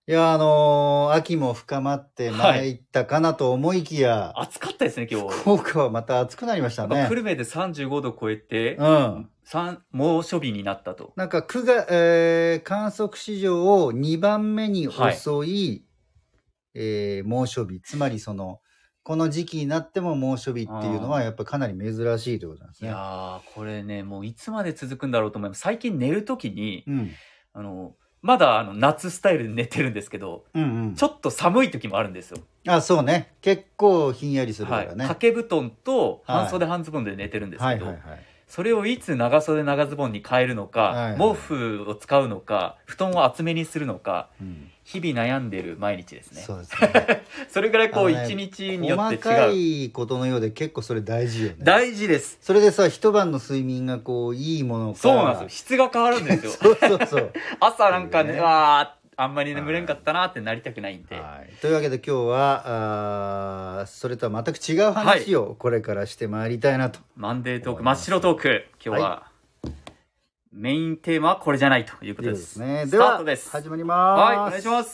いや、秋も深まって参ったかなと思いきや、 暑かったですね、今日。 福岡はまた暑くなりましたね。 久留米で35度超えて、 うん。 猛暑日になったと。 なんか観測史上2番目に遅い、猛暑日。つまりこの時期になっても猛暑日っていうのはやっぱかなり珍しいということなんですね。 いやー、これね、もういつまで続くんだろうと思います。最近寝るときに、まだ夏スタイルで寝てるんですけど、ちょっと寒い時もあるんですよ。 あ、そうね。結構ひんやりするからね。 掛け布団と半袖半ズボンで寝てるんですけど、それをいつ長袖長ズボンに変えるのか、毛布を使うのか、布団を厚めにするのか、日々悩んでる毎日ですね。 そうですね。 それぐらい一日によって違う。 細かいことのようで結構それ大事よね。 大事です。 それでさ、一晩の睡眠がいいものか。 そうなんですよ。質が変わるんですよ。 そう。 朝なんかね、あんまり眠れんかったなってなりたくないんで。 というわけで今日はそれとは全く違う話をこれからしてまいりたいなと。 マンデートーク、真っ白トーク。今日は、メインテーマはこれじゃないということです。 スタートです。始まります。 はい、お願いします。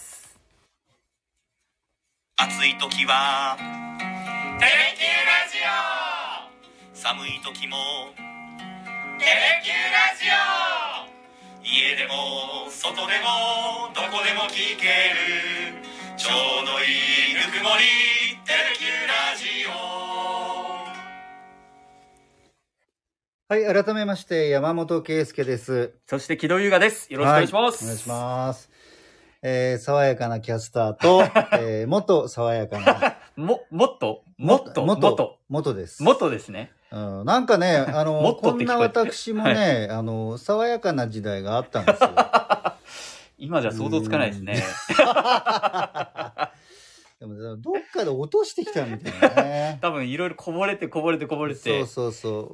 暑い時はテレキューラジオ、寒い時もテレキューラジオ、家でも外でもどこでも聞けるちょうどいいぬくもり、テレキューラジオ。 はい、改めまして山本圭介です。 そして木戸優雅です。よろしくお願いします。 お願いします。爽やかなキャスターと、元爽やかな元です。 元ですね。 なんかね、こんな私もね、爽やかな時代があったんですよ。 今じゃ想像つかないですね。 でもどっかで落としてきたみたいなね。 多分いろいろこぼれて。 そう。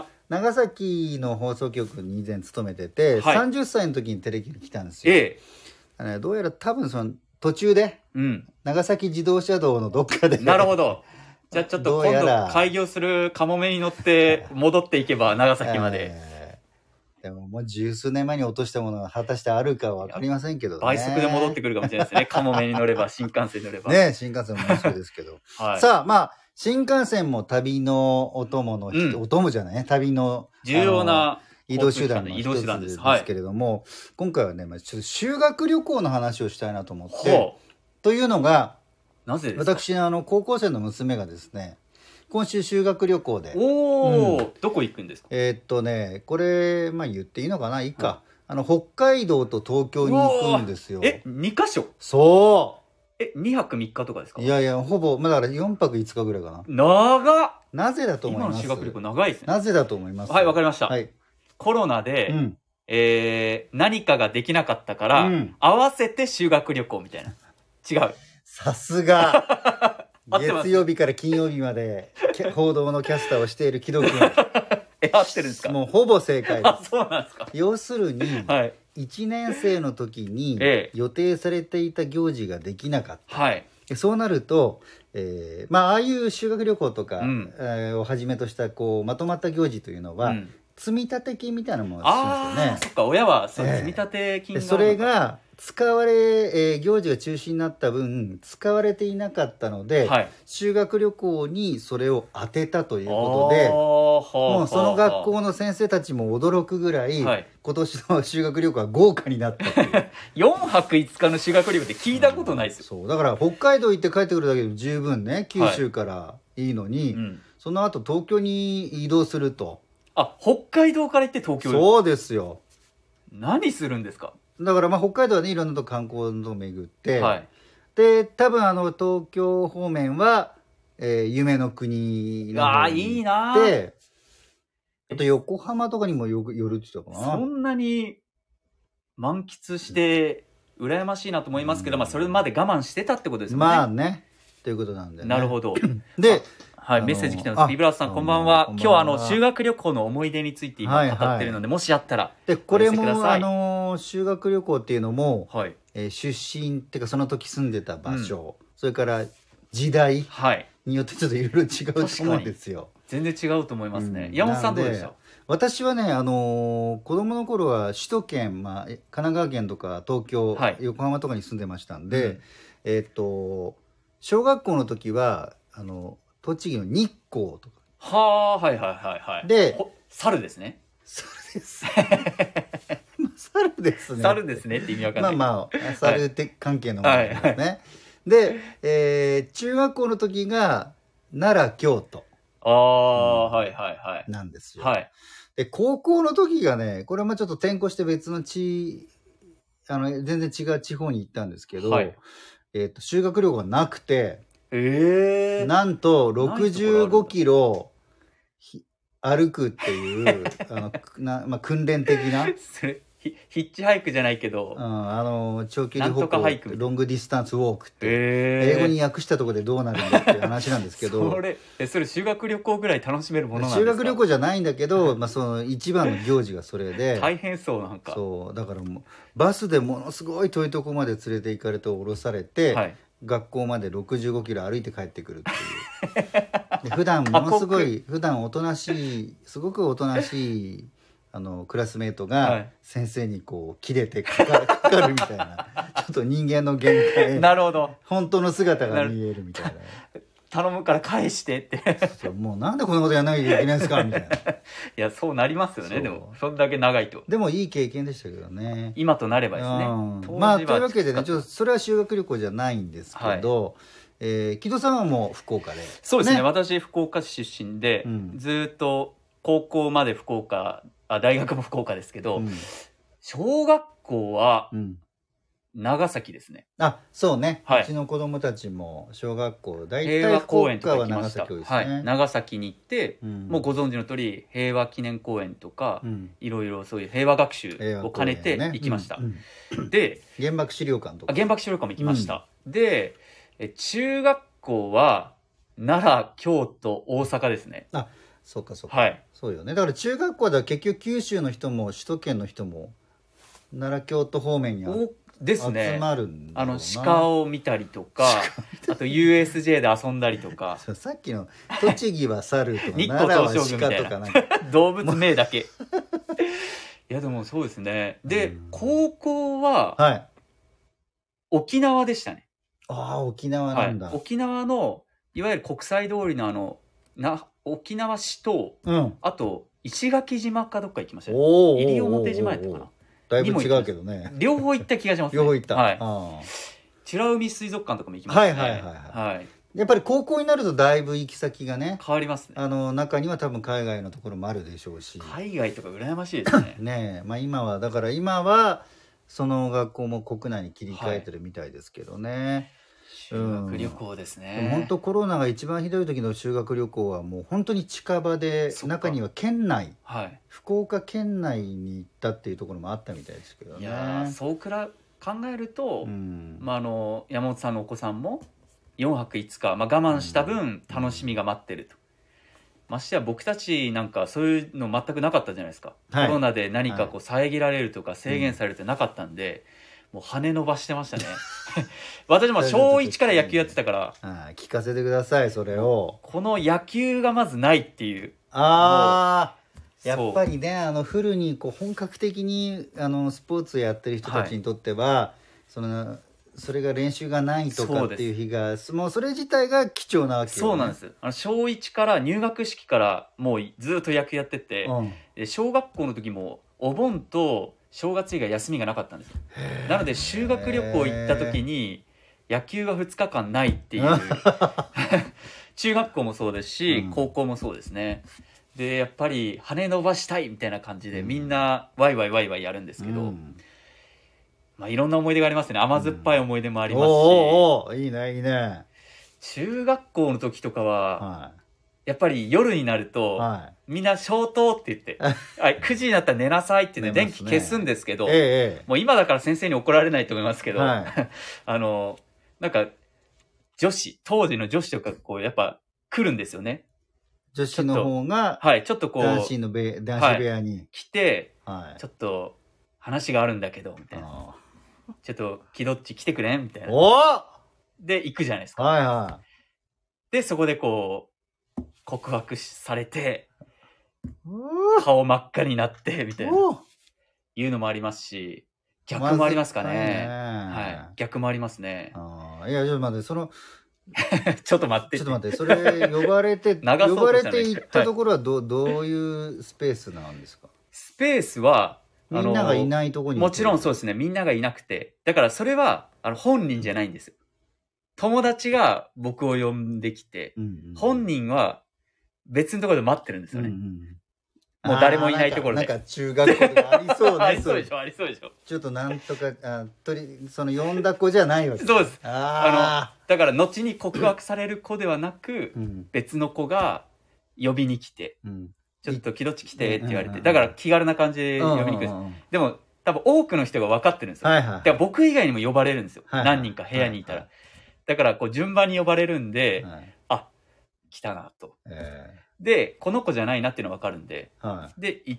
長崎の放送局に以前勤めてて、30歳の時にテレキューに来たんですよ。どうやら多分途中で、長崎自動車道のどっかで。 なるほど。じゃあちょっと今度開業するカモメに乗って戻っていけば長崎まで。 でももう十数年前に落としたものが果たしてあるかは分かりませんけどね。 倍速で戻ってくるかもしれないですね。カモメに乗れば、新幹線に乗れば。 ね、新幹線もそうですけど。さあ、新幹線も旅のお供のお供じゃないね、旅の重要な移動手段の一つですけれども、今回はね、ちょっと修学旅行の話をしたいなと思って。というのが、 なぜですか？ 私、高校生の娘がですね、今週修学旅行で。 どこ行くんですか？ これ、言っていいのかな、いいか。北海道と東京に行くんですよ。 2カ所？ そう。 2泊3日とかですか？ いや、ほぼ、だから4泊5日ぐらいかな。 長っ！ なぜだと思います？ 今の修学旅行長いですね。 なぜだと思います？ はい、わかりました。コロナで、何かができなかったから、合わせて修学旅行みたいな。違う。 さすが。月曜日から金曜日まで報道のキャスターをしている木戸君。 合ってるんですか？ もうほぼ正解です。 そうなんですか。 要するに、1年生の時に予定されていた行事ができなかった。そうなると、ああいう修学旅行とかをはじめとしたまとまった行事というのは、積み立て金みたいなものをしますよね。 そっか、親は積み立て金があるのか。 それが行事が中止になった分使われていなかったので、修学旅行にそれを当てたということで、もうその学校の先生たちも驚くぐらい、今年の修学旅行は豪華になったっていう。 4泊5日の修学旅行って聞いたことないですよ。 そうだから北海道行って帰ってくるだけでも十分ね、九州からいいのに、その後東京に移動すると。 北海道から行って東京？ そうですよ。 何するんですか？ だから北海道はね、いろんなとこ観光のとこ巡って、で多分東京方面は、夢の国の方に行って、あと横浜とかにも寄るって言ったかな。 そんなに満喫して羨ましいなと思いますけど、それまで我慢してたってことですよね。 ねということなんでね。 なるほど。 で、 メッセージ来てます。ビブラートさん、こんばんは。今日修学旅行の思い出について今語ってるので、もしあったらでこれも修学旅行っていうのも、出身っていうかその時住んでた場所、それから時代によってちょっといろいろ違うと思うんですよ。 全然違うと思いますね。山本さんどうでした？ 私はね、子供の頃は首都圏、神奈川県とか東京、横浜とかに住んでましたんで、小学校の時は栃木の日光とか。 はあ、はいはいはいはい。 で、 猿ですね。 猿です。猿ですね。 猿ですねって意味わかんない。 猿関係のものですね。で、中学校の時が奈良、京都。 はいはいはい。 なんですよ。 はい。 で、高校の時がね、これはちょっと転校して別の全然違う地方に行ったんですけど、修学旅行がなくて、なんと65キロ歩くっていう訓練的なそれヒッチハイクじゃないけど、 長距離歩行、ロングディスタンスウォークって、英語に訳したところでどうなるんだっていう話なんですけどそれ修学旅行ぐらい楽しめるものなんですか？ 修学旅行じゃないんだけど、その一番の行事がそれで大変そう。なんかそうだからもうバスでものすごい遠いとこまで連れて行かれて降ろされて、学校まで65キロ歩いて帰ってくるっていうで普段ものすごいおとなしい、すごくおとなしいクラスメートが先生にこう切れてかかるみたいなちょっと人間の限界なるほど、 本当の姿が見えるみたいな頼むから返してってもうなんでこんなことやらなきゃいけないんですかみたいな。いやそうなりますよね。でもそんだけ長いと。 でもいい経験でしたけどね、 今となればですね。 というわけでね、ちょっとそれは修学旅行じゃないんですけど、木戸さんはもう福岡で。 そうですね、私福岡市出身で、ずっと高校まで福岡、大学も福岡ですけど、小学校は長崎ですね。 そうね、うちの子供たちも小学校大体平和公園とか行きました。 長崎に行って、もうご存知の通り平和記念公園とか、いろいろそういう平和学習を兼ねて行きました。で、 原爆資料館とか。 原爆資料館も行きました。で、中学校は奈良、京都、大阪ですね。 そうかそうか、そうよね。だから中学校では結局九州の人も首都圏の人も奈良京都方面にですね、 集まるんだろうな。 鹿を見たりとかあと USJ で遊んだりとかさっきの栃木は猿とか日光東照宮みたいな動物名だけいやでもそうですね。で、高校は沖縄でしたね。 沖縄なんだ。 沖縄のいわゆる国際通りの沖縄市と、あと石垣島かどっか行きましたね。西表島やったかな。 だいぶ違うけどね。 両方行った気がしますね。 両方行った。 美ら海水族館とかも行きましたね。 やっぱり高校になるとだいぶ行き先がね変わりますね。 中には多分海外のところもあるでしょうし。 海外とか羨ましいですね。 ねえ、今はその学校も国内に切り替えてるみたいですけどね。 修学旅行ですね。 本当コロナが一番ひどい時の修学旅行はもう本当に近場で、中には県内、福岡県内に行ったっていうところもあったみたいですけどね。 いやそう考えると、山本さんのお子さんも4泊5日、我慢した分楽しみが待ってると。ましてや僕たちなんかそういうの全くなかったじゃないですか。コロナで何か遮られるとか制限されるってなかったんで、もう羽伸ばしてましたね。私も小1から野球やってたから。 聞かせてください、それを。 この野球がまずないっていう。 やっぱりね、フルに本格的にスポーツやってる人たちにとっては、それが練習がないとかっていう日がもうそれ自体が貴重なわけよね。 そうなんです。小1から入学式からもうずっと野球やってて、小学校の時もお盆と正月以外休みがなかったんですよ。なので修学旅行行った時に野球が2日間ないっていう中学校もそうですし、高校もそうですね。でやっぱり羽伸ばしたいみたいな感じでみんなワイワイワイワイやるんですけど、いろんな思い出がありますね。甘酸っぱい思い出もありますし、 いいねいいね。 中学校の時とかは、やっぱり夜になると、みんな消灯って言って9時になったら寝なさいって言って電気消すんですけど、もう今だから先生に怒られないと思いますけど、なんか当時の女子とかやっぱ来るんですよね。 女子の方がちょっと男子部屋に来て、ちょっと話があるんだけどみたいな、ちょっと気どっち来てくれんみたいなで行くじゃないですか。でそこで告白されて、 顔真っ赤になってみたいないうのもありますし、逆もありますかね。はい、逆もありますね。 いや、ちょっと待って、 ちょっと待って。 それ呼ばれて行ったところはどういうスペースなんですか？ スペースはみんながいないところに。 もちろんそうですね。みんながいなくて、だからそれは本人じゃないんですよ。友達が僕を呼んできて、本人は別のところで待ってるんですよね。もう誰もいないところで。 なんか中学校とかありそうね。 ありそうでしょ。 ちょっとなんとか、その呼んだ子じゃないわけ。 そうです。だから後に告白される子ではなく、別の子が呼びに来て、ちょっと気どっち来てって言われて、だから気軽な感じで呼びに来る。でも多分多くの人が分かってるんですよ。だから僕以外にも呼ばれるんですよ。何人か部屋にいたら。だからこう順番に呼ばれるんで、あ、来たなと。で、この子じゃないなっていうのが分かるんで、で、行って、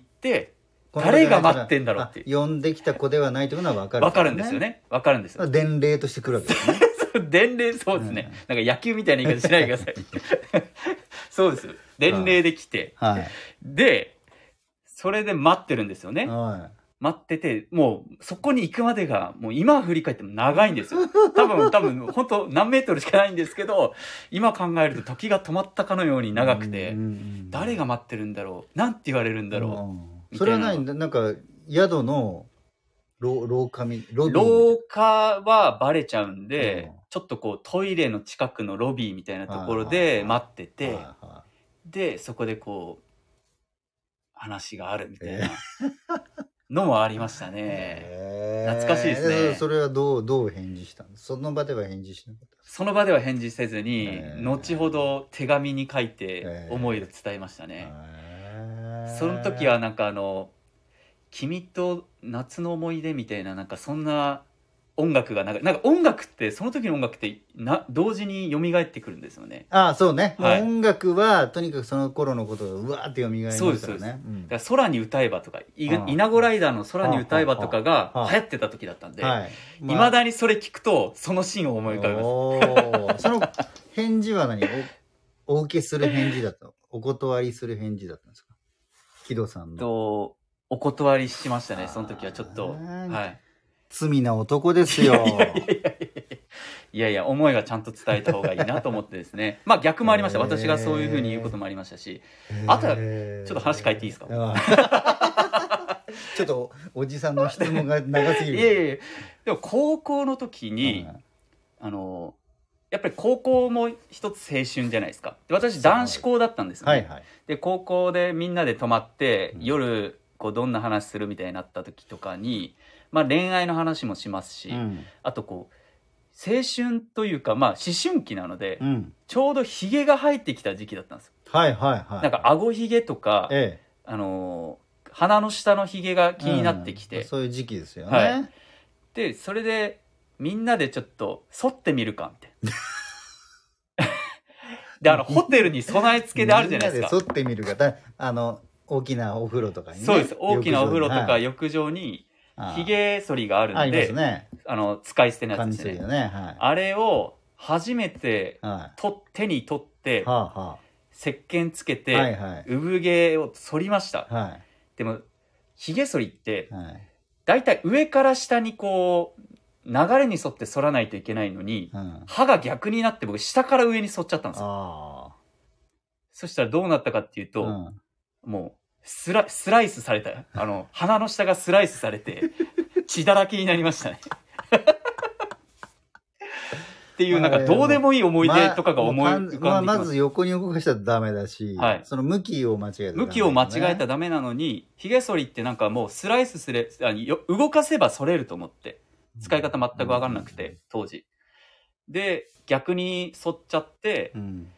誰が待ってんだろうっていう。 呼んできた子ではないというのは分かる。 分かるんですよね。分かるんですよ。 伝令として来るわけですね。 伝令、そうですね。なんか野球みたいな言い方しないでください。そうです。伝令で来て。で、それで待ってるんですよね。待ってて、もうそこに行くまでが、もう今振り返っても長いんですよ。多分、本当何メートルしかないんですけど、今考えると時が止まったかのように長くて、誰が待ってるんだろう、なんて言われるんだろう。それはなんか、宿の廊下はバレちゃうんで、ちょっとこうトイレの近くのロビーみたいなところで待ってて、で、そこでこう、話があるみたいな。のもありましたね。懐かしいですね。 それはどう返事したんですか？その場では返事しなかった？ その場では返事せずに、後ほど手紙に書いて思いを伝えましたね。その時はなんか君と夏の思い出みたいな、なんかそんな音楽がなんか音楽ってその時の音楽って同時に蘇ってくるんですよね。 そうね、はい、音楽はとにかくその頃のことがうわーって蘇りますからね。 だから空に歌えばとか稲子ライダーの空に歌えばとかが流行ってた時だったんで、いまだにそれ聞くとそのシーンを思い浮かべます。 その返事はお受けする返事だったお断りする返事だったんですか？木戸さんの。 お断りしましたね。その時はちょっと、はい、 罪な男ですよ。 いやいや、思いはちゃんと伝えた方がいいなと思ってですね。まあ逆もありました。私がそういう風に言うこともありましたし、あとはちょっと話変えていいですか？ ちょっとおじさんの質問が長すぎる。 いやいや、でも高校の時に、やっぱり高校も一つ青春じゃないですか。で、私男子校だったんですよね。で、高校でみんなで泊まって、夜こうどんな話するみたいになった時とかに、まあ恋愛の話もしますし、あとこう青春というか、まあ思春期なので、ちょうどひげが生えてきた時期だったんですよ。なんか顎ひげとか、鼻の下のひげが気になってきて、 そういう時期ですよね。 で、それでみんなでちょっと剃ってみるかみたいな。で、ホテルに備え付けであるじゃないですか。 みんなで剃ってみるか、大きなお風呂とかにね。 そうです。大きなお風呂とか浴場にひげ剃りがあるんで、使い捨てのやつですね。あれを初めて手に取って、石鹸つけて、産毛を剃りました。でも、ひげ剃りって、だいたい上から下にこう、流れに沿って剃らないといけないのに、歯が逆になって僕下から上に剃っちゃったんですよ。そしたらどうなったかっていうと、もうスライスされた、鼻の下がスライスされて血だらけになりましたね。っていうなんかどうでもいい思い出とかが思い浮かんできます。 まず横に動かしたらダメだし、その向きを間違えたらダメ、 向きを間違えたらダメなのに、ひげ剃りってなんかもうスライスすれ動かせば剃れると思って。使い方全く分からなくて、当時。で、逆に剃っちゃって、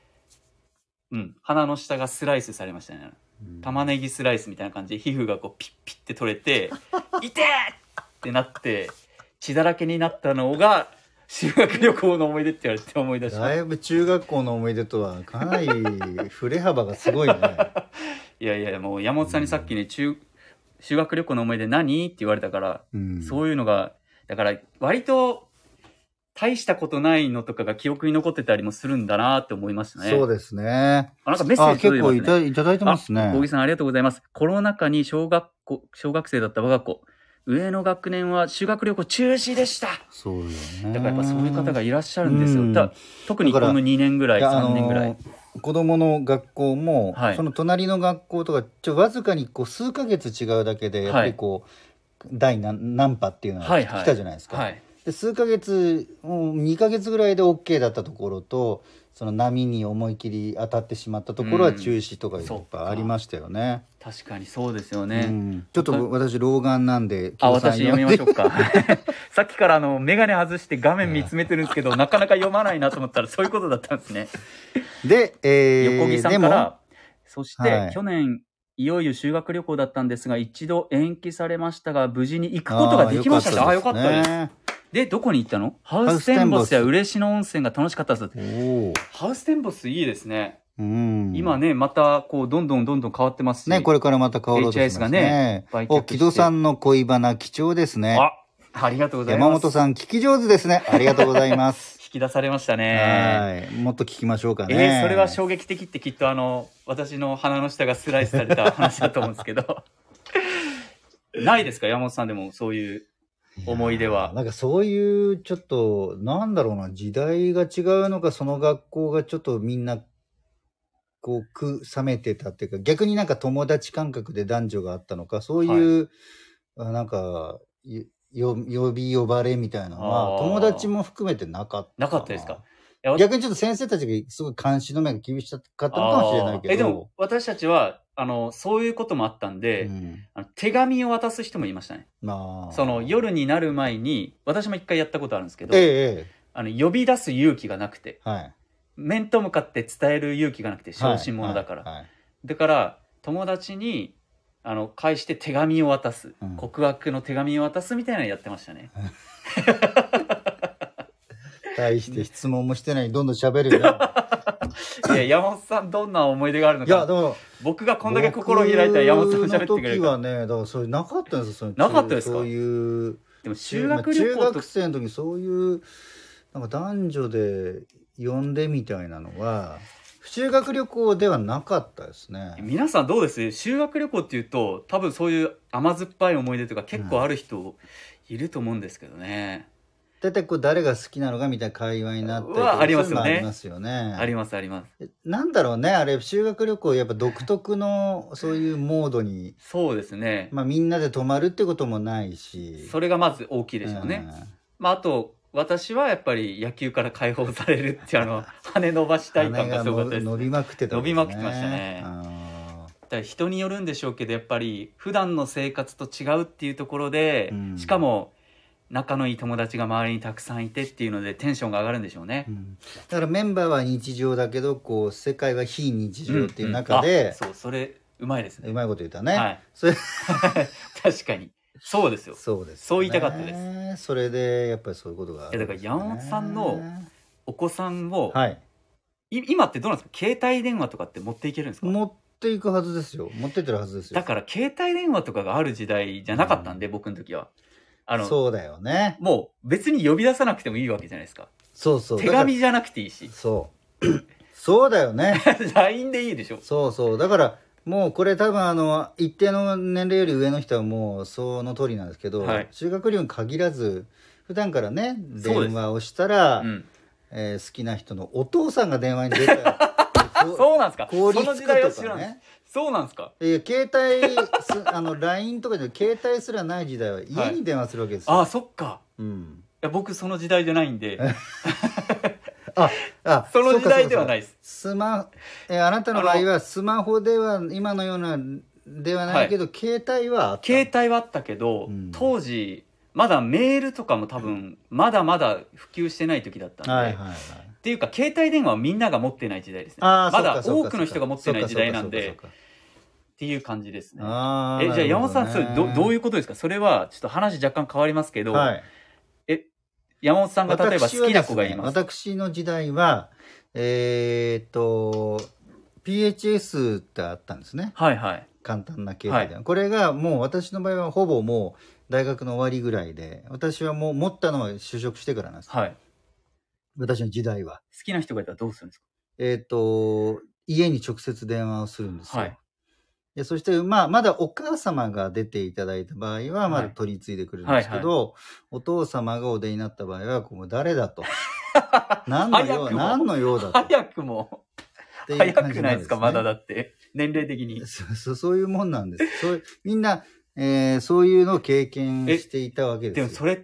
鼻の下がスライスされましたね。玉ねぎスライスみたいな感じで皮膚がこうピッピッって取れて、痛えってなって、血だらけになったのが、修学旅行の思い出って言われて思い出しました。 だいぶ中学校の思い出とはかなり振れ幅がすごいね。 いやいや、もう山本さんにさっきね、修学旅行の思い出何って言われたから、そういうのが、だから割と大したことないのとかが記憶に残ってたりもするんだなって思いましたね。 そうですね。 なんかメッセージ届いてますね。結構いただいてますね。 小木さんありがとうございます。コロナ禍に小学生だった我が子、上の学年は修学旅行中止でした。 そうよね。 だからやっぱそういう方がいらっしゃるんですよ。特にこの2年ぐらい、3年ぐらい。 子供の学校も、その隣の学校とかわずかにこう数ヶ月違うだけでやっぱりこう、第何波っていうのが来たじゃないですか。で数ヶ月2ヶ月ぐらいで OK だったところと、その波に思い切り当たってしまったところは中止とかやっぱありましたよね。 確かにそうですよね。 ちょっと私老眼なんで、 私読みましょうか。さっきから眼鏡外して画面見つめてるんですけど、なかなか読まないなと思ったらそういうことだったんですね。 で、 横木さんから、そして、去年いよいよ修学旅行だったんですが、一度延期されましたが、無事に行くことができました。よかったです。で、どこに行ったの？ハウステンボスや嬉野温泉が楽しかったです。ハウステンボスいいですね。今ね、またこうどんどん変わってますしね、これからまた変わろうとしてますね。木戸さんの恋バナ貴重ですね。 ありがとうございます。 山本さん聞き上手ですね。ありがとうございます。 引き出されましたね。 もっと聞きましょうかね。 それは衝撃的ってきっと私の鼻の下がスライスされた話だと思うんですけど。ないですか、山本さんでもそういう思い出は。 なんかそういうちょっとなんだろうな、時代が違うのか、その学校がちょっとみんなこう冷めてたっていうか、逆になんか友達感覚で男女があったのか、そういう、なんか呼び呼ばれみたいなのは友達も含めてなかった。 なかったですか？ 逆にちょっと先生たちがすごい監視の目が厳しかったのかもしれないけど。 でも私たちはそういうこともあったんで、手紙を渡す人もいましたね。その夜になる前に、私も一回やったことあるんですけど、呼び出す勇気がなくて、面と向かって伝える勇気がなくて、小心者だから。だから友達に返して手紙を渡す、告白の手紙を渡すみたいなのやってましたね。 対して質問もしてない、どんどん喋るよいや、山本さんどんな思い出があるのか。いや、だから僕がこんだけ心を開いたら山本さん喋ってくれるから。 僕の時はね、だからそれなかったんですよ。 なかったですか？ そういう。 でも修学旅行中学生の時そういうなんか男女で呼んでみたいなのは修学旅行ではなかったですね。 皆さんどうです？修学旅行っていうと多分そういう甘酸っぱい思い出とか結構ある人いると思うんですけどね。 大体こう誰が好きなのかみたいな会話になってありますよね。 ありますよね。 ありますあります。 なんだろうね、あれ修学旅行やっぱ独特のそういうモードにそうですね。 まあみんなで泊まるってこともないし、 それがまず大きいでしょうね。まああと私はやっぱり野球から解放されるって羽伸ばしたい感がすごかったです、ね。 伸びまくってた、 伸びまくってましたね。だから人によるんでしょうけど、やっぱり普段の生活と違うっていうところで、しかも仲のいい友達が周りにたくさんいてっていうのでテンションが上がるんでしょうね。 だからメンバーは日常だけどこう世界は非日常っていう中で、 そう、それうまいですね。 うまいこと言ったね。 はい。それ確かにそうですよ。 そうです、ね。 そう言いたかったです。 それでやっぱりそういうことがある、 だから山本さんのお子さんを、今ってどうなんですか？携帯電話とかって持っていけるんですか？ 持っていくはずですよ。持ってってるはずですよ。 だから携帯電話とかがある時代じゃなかったんで、僕の時は。 そうだよね。 もう別に呼び出さなくてもいいわけじゃないですか。 そうそう。 手紙じゃなくていいし。 そうそうだよね。 LINE でいいでしょ。 そうそう。だからもうこれ多分一定の年齢より上の人はもうその通りなんですけど、修学旅行に限らず普段からね電話をしたら、好きな人のお父さんが電話に出たらそうなんですか。 その時代は知らない。そうなんですか。 携帯LINE とかで携帯すらない時代は家に電話するわけですよ。 そっか。いや僕その時代じゃないんでその時代ではないです。 あなたの場合はスマホでは今のようなではないけど、携帯はあった。 携帯はあったけど、当時まだメールとかも多分まだまだ普及してない時だったんで、っていうか携帯電話はみんなが持ってない時代ですね。まだ多くの人が持ってない時代なんでっていう感じですね。じゃあ山本さん、それどういうことですか？それはちょっと話若干変わりますけど、山本さんが例えば好きな子がいます。 私の時代はPHS ってあったんですね。簡単な携帯電話、これがもう私の場合はほぼもう大学の終わりぐらいで、私はもう持ったのは就職してからなんです。 私の時代は。 好きな人がいたらどうするんですか？ 家に直接電話をするんですよ。はい、でそして、まだお母様が出ていただいた場合は、まだ取り継いでくるんですけど、はいはいはい、お父様がお出になった場合は、ここ誰だと。何の用だと。 早くも。早くないですか、まだだって。年齢的に。 そういうもんなんです。みんな、そういうのを経験していたわけですよ。 でもそれって、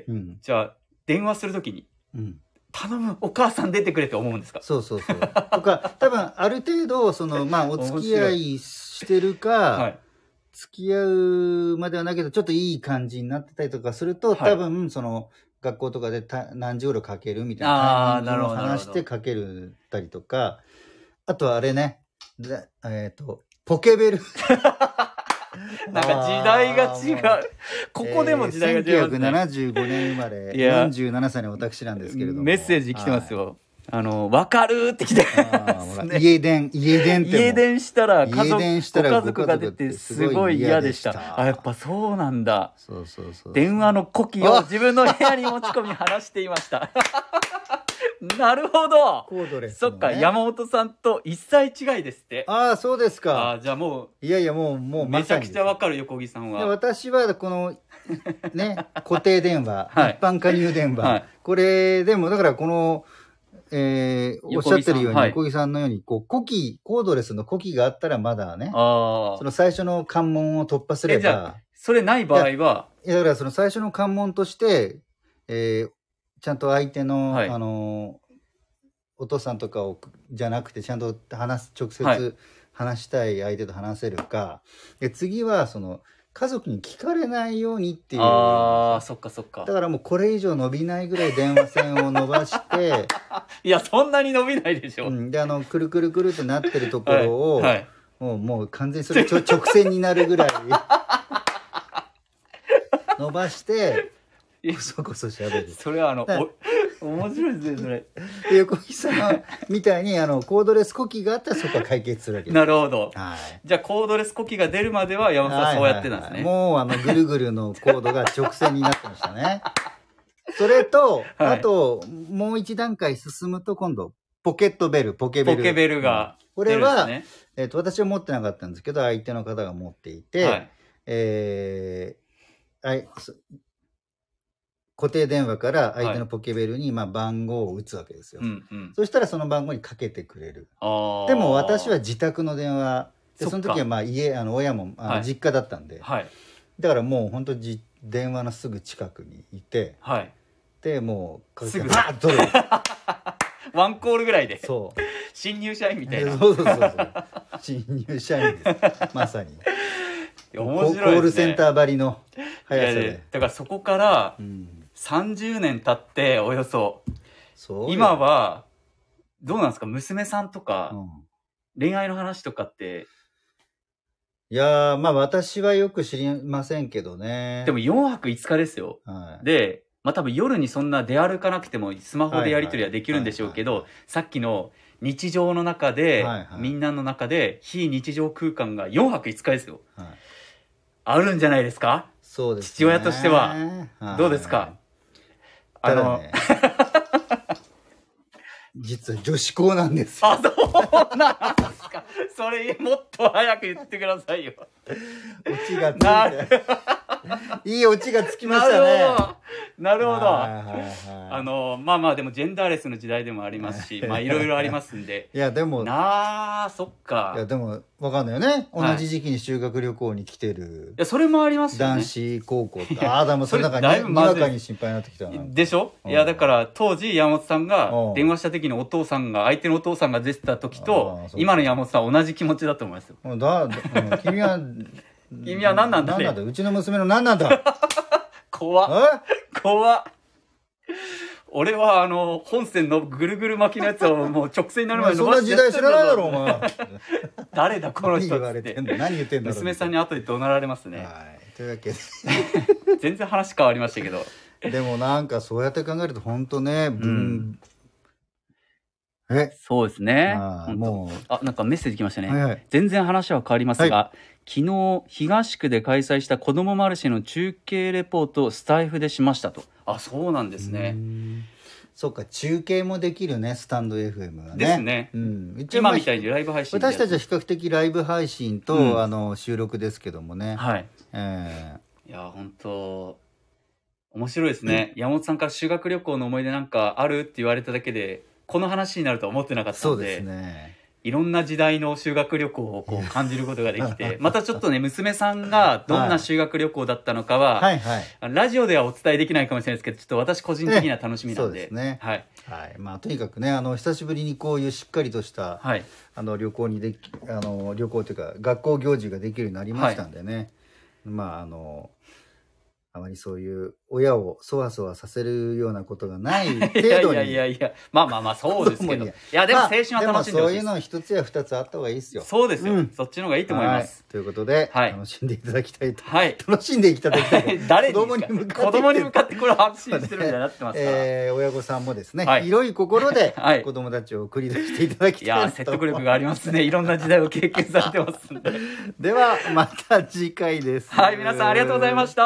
じゃあ、電話するときに、頼む、お母さん出てくれって思うんですか？ そう。とか、多分、ある程度、お付き合いしてるか、はい、付き合うまではないけど、ちょっといい感じになってたりとかすると、はい、多分、学校とかで何時頃かけるみたいなタイミングを話してかけるたりとか、あとはあれね、ポケベル。 なんか時代が違う。ここでも時代が違う、ね。 1975年生まれ、47歳の私なんですけれども。 メッセージ来てますよ。わかるって来てますね。 家電したらご家族が出てすごい嫌でした。やっぱそうなんだ。 そう。 電話の呼気を自分の部屋に持ち込み話していました。なるほど。 コードレス、ね。 そっか、山本さんと1歳違いですって。 ああ、そうですか。 じゃあもう。 いや、もうめちゃくちゃわかるよ、小木さんは。 私はこの、ね、固定電話、はい、一般加入電話、はい、これでも、だからこの、おっしゃってるように、小木さんのように、コードレスの呼気があったらまだね、その最初の関門を突破すれば。じゃあ、 それない場合は？ いや、だからその最初の関門として、ちゃんと相手の、はい、お父さんとかじゃなくて、ちゃんと直接話したい相手と話せるか。で、次は、家族に聞かれないようにっていう。 そっか。 だからもうこれ以上伸びないぐらい電話線を伸ばして。 いや、そんなに伸びないでしょ。 で、くるくるくるってなってるところを、はい、もう完全にそれ直線になるぐらい伸ばして、こそこそ喋る。 それは面白いですね、それ。 で、横木さんみたいに、コードレス呼気があったらそこは解決するわけです。 なるほど。はい。じゃあ、コードレス呼気が出るまでは山本さんそうやってたんですね。 もう、ぐるぐるのコードが直線になってましたね。それと、はい、あと、もう一段階進むと、今度、ポケベル。 ポケベルが、 これは、私は持ってなかったんですけど、相手の方が持っていて、はい、固定電話から相手のポケベルに番号を打つわけですよ。そしたらその番号にかけてくれる。でも私は自宅の電話で、その時は親も実家だったんで、だからもう本当電話のすぐ近くにいて、でもうすぐバーッと取る。 ワンコールぐらいで。 そう。 新入社員みたいな。 そう。新入社員です。まさに。 面白いですね。 コールセンターばりの速さで。 だからそこから30年経っておよそ、今はどうなんですか、娘さんとか、恋愛の話とかって。 いやー、私はよく知りませんけどね。 でも4泊5日ですよ。で、多分夜にそんな出歩かなくてもスマホでやり取りはできるんでしょうけど、さっきの日常の中で、みんなの中で非日常空間が4泊5日ですよ。あるんじゃないですか？ そうですね。 父親としては。どうですか？ 実は女子校なんですよ。 そうなんですか。それもっと早く言ってくださいよ。 オチがついて。いいオチがつきましたね。 なるほど。でもジェンダーレスの時代でもありますし、いろいろありますんで。 いや、でも。 そっか。 いや、でも、わかんないよね。同じ時期に修学旅行に来てる。 いや、それもありますよね。 男子高校って。でもそれなんかにわかに心配になってきたな。 でしょ？いや、だから当時山本さんが電話した時の相手のお父さんが出てた時と、今の山本さんは同じ気持ちだと思いますよ。君は何なんだね。 何なんだ、うちの娘の何なんだ。 怖っ。俺は本線のぐるぐる巻きのやつをもう直線になるまで伸ばしてやってんだぞ。そんな時代知らないだろお前。誰だこの人って。 何言ってんだろう。 娘さんに後で怒鳴られますね。はい。 というわけで全然話変わりましたけど。 でもなんかそうやって考えると本当ね、 そうですね。もうなんかメッセージ来ましたね。全然話は変わりますが、昨日東区で開催した子どもマルシェの中継レポートをスタイフでしましたと。そうなんですね。 そうか、中継もできるね、スタンド FM はね。 ですね。 うん、 今みたいにライブ配信。 私たちは比較的ライブ配信と、収録ですけどもね。 はい。いや、本当面白いですね。山本さんから修学旅行の思い出なんかあるって言われただけで、この話になるとは思ってなかったので。 そうですね。 いろんな時代の修学旅行をこう感じることができて、またちょっとね、娘さんがどんな修学旅行だったのかは、ラジオではお伝えできないかもしれないですけど、ちょっと私個人的には楽しみなんで。そうですね。はい。 はい。まあ、とにかくね、久しぶりにこういうしっかりとした、旅行に旅行というか、学校行事ができるようになりましたんでね。まあ、あまりそういう親をそわそわさせるようなことがない程度にいやまあそうですけど、いやでも青春は楽しんでほしいです。 そういうの一つや二つあった方がいいですよ。 そうですよ、そっちの方がいいと思います。 ということで、楽しんでいただきたいと。楽しんでいただきたい。 誰に子供に向かってこれを発信してるみたいになってますから。 親御さんもですね、広い心で子供たちを送り出していただきたい。 いや説得力がありますね。いろんな時代を経験されてますんで。 ではまた次回です。 はい、皆さんありがとうございました。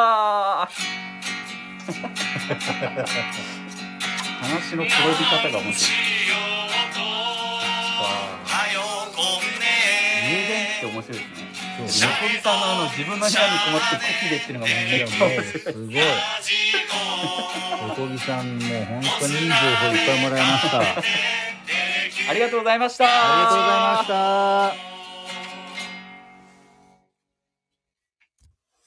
話の転び方が面白い。家電って面白いですね。横木さんの自分の部屋にこもってコキでっていうのがめっちゃ面白い。 すごい。横木さんもう本当にいい情報いっぱいもらいました。 ありがとうございました。 ありがとうございました。